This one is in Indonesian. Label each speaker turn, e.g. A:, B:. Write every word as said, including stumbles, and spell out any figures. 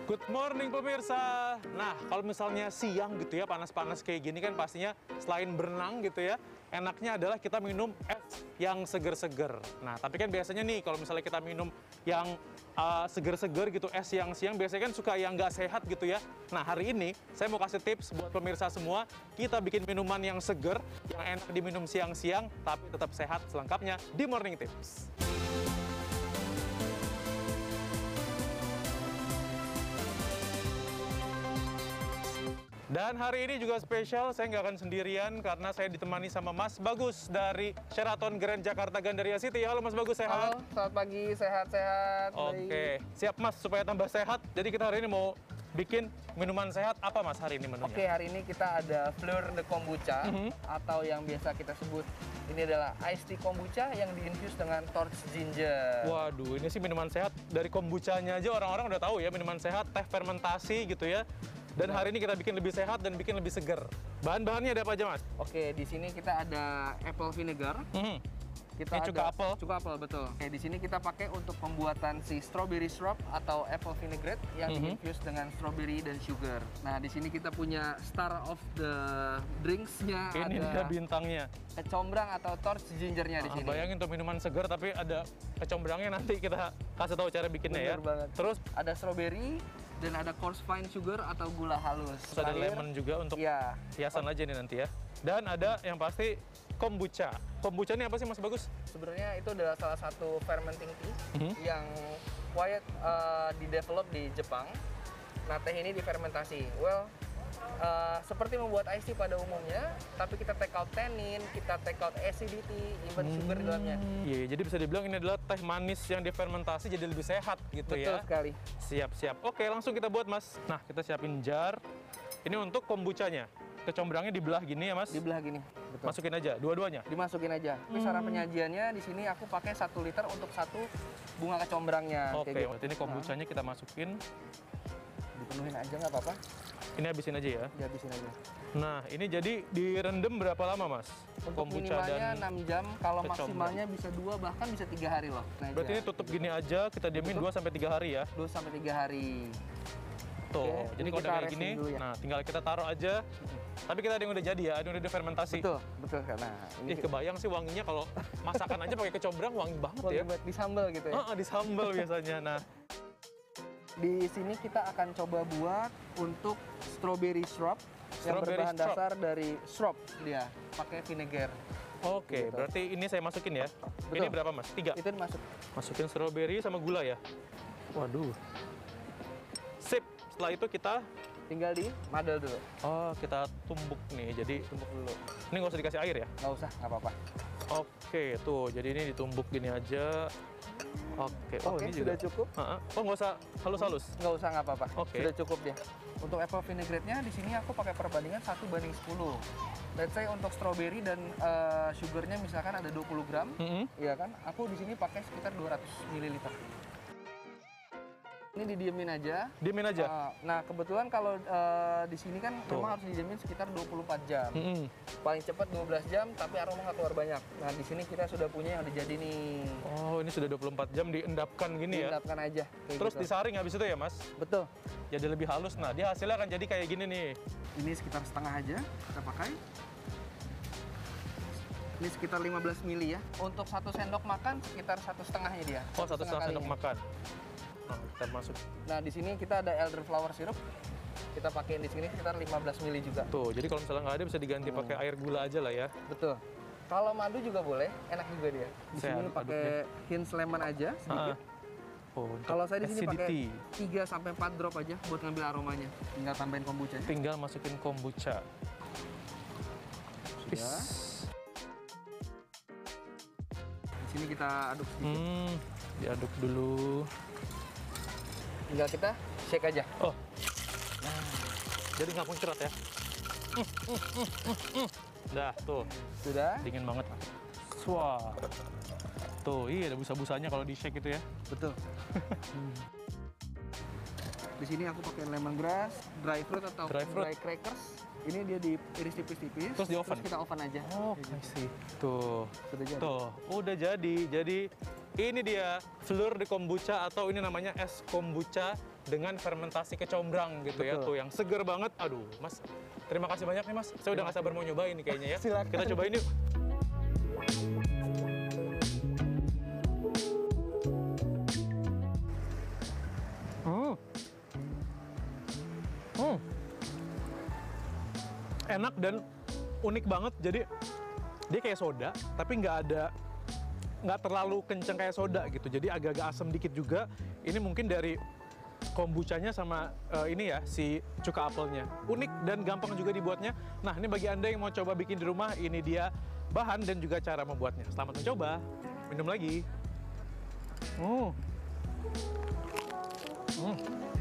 A: Good morning pemirsa. Nah, kalau misalnya siang gitu ya, panas-panas kayak gini kan pastinya selain berenang gitu ya, enaknya adalah kita minum es yang seger-seger. Nah, tapi kan biasanya nih kalau misalnya kita minum yang uh, seger-seger gitu, es yang siang biasanya kan suka yang nggak sehat gitu ya. Nah, hari ini saya mau kasih tips buat pemirsa semua, kita bikin minuman yang seger, yang enak diminum siang-siang, tapi tetap sehat selengkapnya di Morning Tips. Dan hari ini juga spesial, saya nggak akan sendirian karena saya ditemani sama Mas Bagus dari Sheraton Grand Jakarta Gandaria City. Halo Mas Bagus, sehat?
B: Halo, selamat pagi, sehat-sehat.
A: Oke, siap Mas supaya tambah sehat. Jadi kita hari ini mau bikin minuman sehat. Apa Mas hari ini menunya?
B: Oke, hari ini kita ada Fleur de Kombucha,
A: Mhm.
B: atau yang biasa kita sebut ini adalah iced tea kombucha yang diinfuse dengan torch ginger.
A: Waduh, ini sih minuman sehat. Dari kombuchanya aja orang-orang udah tahu ya, minuman sehat, teh fermentasi gitu ya. Dan hari ini kita bikin lebih sehat dan bikin lebih seger. Bahan-bahannya ada apa aja, Mas?
B: Oke, di sini kita ada apple vinegar.
A: Mhm.
B: Kita
A: Ini cuka
B: ada
A: apel.
B: Cuka apel, betul. Oke, di sini kita pakai untuk pembuatan si strawberry syrup atau apple vinaigrette yang
A: Mhm.
B: diinfuse dengan strawberry dan sugar. Nah, di sini kita punya star of the drinks-nya,
A: Ini dia
B: ada
A: bintangnya.
B: kecombrang atau torch gingernya di
A: Ah,
B: sini.
A: bayangin tuh minuman seger tapi ada kecombrangnya, nanti kita kasih tahu cara bikinnya ya.
B: Bener banget.
A: Terus
B: Ada strawberry dan ada coarse fine sugar atau gula halus.
A: terus ada
B: Terakhir,
A: lemon juga untuk
B: Iya.
A: hiasan aja nih nanti ya. Dan ada yang pasti kombucha. Kombucha ini apa sih Mas Bagus?
B: Sebenarnya itu adalah salah satu fermenting tea
A: Mhm.
B: yang quiet uh, di-develop di Jepang. Nah, teh ini difermentasi. Well, uh, seperti membuat iced tea pada umumnya, tapi kita take out tannin, kita take out acidity, even sugar di dalamnya.
A: Iya, jadi bisa dibilang ini adalah teh manis yang difermentasi jadi lebih sehat gitu ya.
B: Betul sekali.
A: Siap-siap. Oke, langsung kita buat Mas. Nah, kita siapin jar. Ini untuk kombuchanya. Kecombrangnya dibelah gini ya Mas?
B: Dibelah gini. Betul.
A: Masukin aja, dua-duanya?
B: Dimasukin aja. Tapi cara penyajiannya di sini aku pakai satu liter untuk satu bunga kecombrangnya.
A: Oke,
B: kayak gitu.
A: berarti ini kombuchanya kita masukin.
B: Dipenuhin aja nggak apa-apa.
A: Ini habisin aja ya.
B: Dihabisin aja.
A: Nah, ini jadi direndam berapa lama, Mas?
B: Untuk minimalnya enam jam, kalau
A: kecombrang.
B: maksimalnya bisa dua bahkan bisa tiga hari loh. Nah,
A: Berarti ini tutup gini aja, kita diamin dua sampai tiga hari ya.
B: dua sampai tiga hari.
A: Tuh,
B: Oke,
A: jadi
B: ini
A: kalau
B: kita
A: udah kayak
B: resting
A: gini,
B: dulu ya.
A: nah tinggal kita taruh aja. Tapi kita ada yang udah jadi ya, ada yang udah difermentasi.
B: Betul, betul kan. Nah, ini
A: Ih, kebayang sih wanginya kalau masakan aja pakai kecombrang wangi banget
B: wangi
A: ya.
B: buat di sambal gitu ya.
A: Heeh, di sambal biasanya. Nah,
B: Di sini kita akan coba buat untuk strawberry syrup yang
A: Strawberry
B: berbahan
A: syrup.
B: dasar dari syrup dia, pakai vinegar.
A: oke,
B: Gitu.
A: berarti ini saya masukin ya. Ini
B: Betul.
A: berapa, Mas? Tiga.
B: Itu dimasuk.
A: Masukin strawberry sama gula ya. Waduh. Sip. Setelah itu kita
B: Tinggal di madel dulu.
A: oh, kita tumbuk nih. Jadi
B: Tumbuk dulu.
A: ini nggak usah dikasih air ya?
B: Nggak usah, nggak apa-apa.
A: Oke, tuh. Jadi ini ditumbuk gini aja. Oke. Oh,
B: Oke,
A: ini
B: sudah
A: juga.
B: cukup.
A: Ha-ha. Oh, nggak usah halus-halus.
B: Nggak usah, nggak apa-apa.
A: Oke.
B: Sudah cukup dia. Untuk apple vinaigrette-nya di sini aku pakai perbandingan satu banding sepuluh. Let's say untuk strawberry dan uh, sugarnya misalkan ada dua puluh gram,
A: Mm-mm.
B: iya kan? Aku di sini pakai sekitar dua ratus mililiter. Ini didiemin aja.
A: Diemin aja.
B: Uh, nah, kebetulan kalau uh, di sini kan
A: Tuh.
B: memang harus didiemin sekitar dua puluh empat jam.
A: Mm-mm.
B: Paling cepat dua belas jam, tapi aroma nggak keluar banyak. Nah, di sini kita sudah punya yang udah jadi nih.
A: Oh, ini sudah dua puluh empat jam diendapkan gini ya.
B: Diendapkan aja. Kayak
A: Terus
B: gitu.
A: disaring habis itu ya, Mas?
B: Betul.
A: Jadi lebih halus. Nah, dia hasilnya akan jadi kayak gini nih.
B: Ini sekitar setengah aja kita pakai. Ini sekitar lima belas mili ya. Untuk satu sendok makan sekitar satu setengahnya dia.
A: Oh, satu setengah sendok
B: kalinya.
A: makan. Nah, kita masuk.
B: Nah, di sini kita ada elderflower syrup. Kita pakai di sini sekitar lima belas mili juga.
A: Tuh, jadi kalau misalnya nggak ada bisa diganti pakai air gula aja lah ya.
B: Betul. Kalau madu juga boleh, enak juga dia. Di
A: Sehat
B: sini pakai hinge lemon aja sedikit.
A: Ah. Oh, untuk
B: Kalau saya di sini pakai
A: acidity.
B: tiga sampai empat drop aja buat ngambil aromanya. Tinggal tambahin kombucha.
A: Tinggal masukin kombucha. Is.
B: Di sini kita aduk sedikit.
A: Hmm, diaduk dulu.
B: Tinggal kita shake aja.
A: Oh, jadi nggak muncrat ya. Dah, tuh.
B: Sudah?
A: Dingin banget. Wah. Tuh, iya ada busa-busanya kalau di shake itu ya.
B: Betul. Hmm. Di sini aku pakai lemongrass, dry fruit atau
A: Dry fruit.
B: crackers. Ini dia diiris tipis-tipis.
A: Terus di oven?
B: kita oven aja.
A: Oh, I see. Tuh.
B: Sudah jadi.
A: Tuh, udah jadi. Jadi ini dia Fleur de Kombucha atau ini namanya es kombucha dengan fermentasi kecombrang gitu ya,
C: Betul.
A: tuh yang seger banget. Aduh, Mas, terima kasih banyak nih Mas. Saya udah nggak sabar mau nyobain nih kayaknya ya.
C: Silakan.
A: Kita cobain yuk. Hmm. Hmm. Enak dan unik banget. Jadi dia kayak soda, tapi nggak ada nggak terlalu kenceng kayak soda gitu. Jadi agak-agak asam dikit juga. Ini mungkin dari kombuchanya sama eh, ini ya si cuka apelnya. Unik dan gampang juga dibuatnya. Nah, ini bagi Anda yang mau coba bikin di rumah, ini dia bahan dan juga cara membuatnya. Selamat mencoba. Minum lagi. Hmm. Hmm.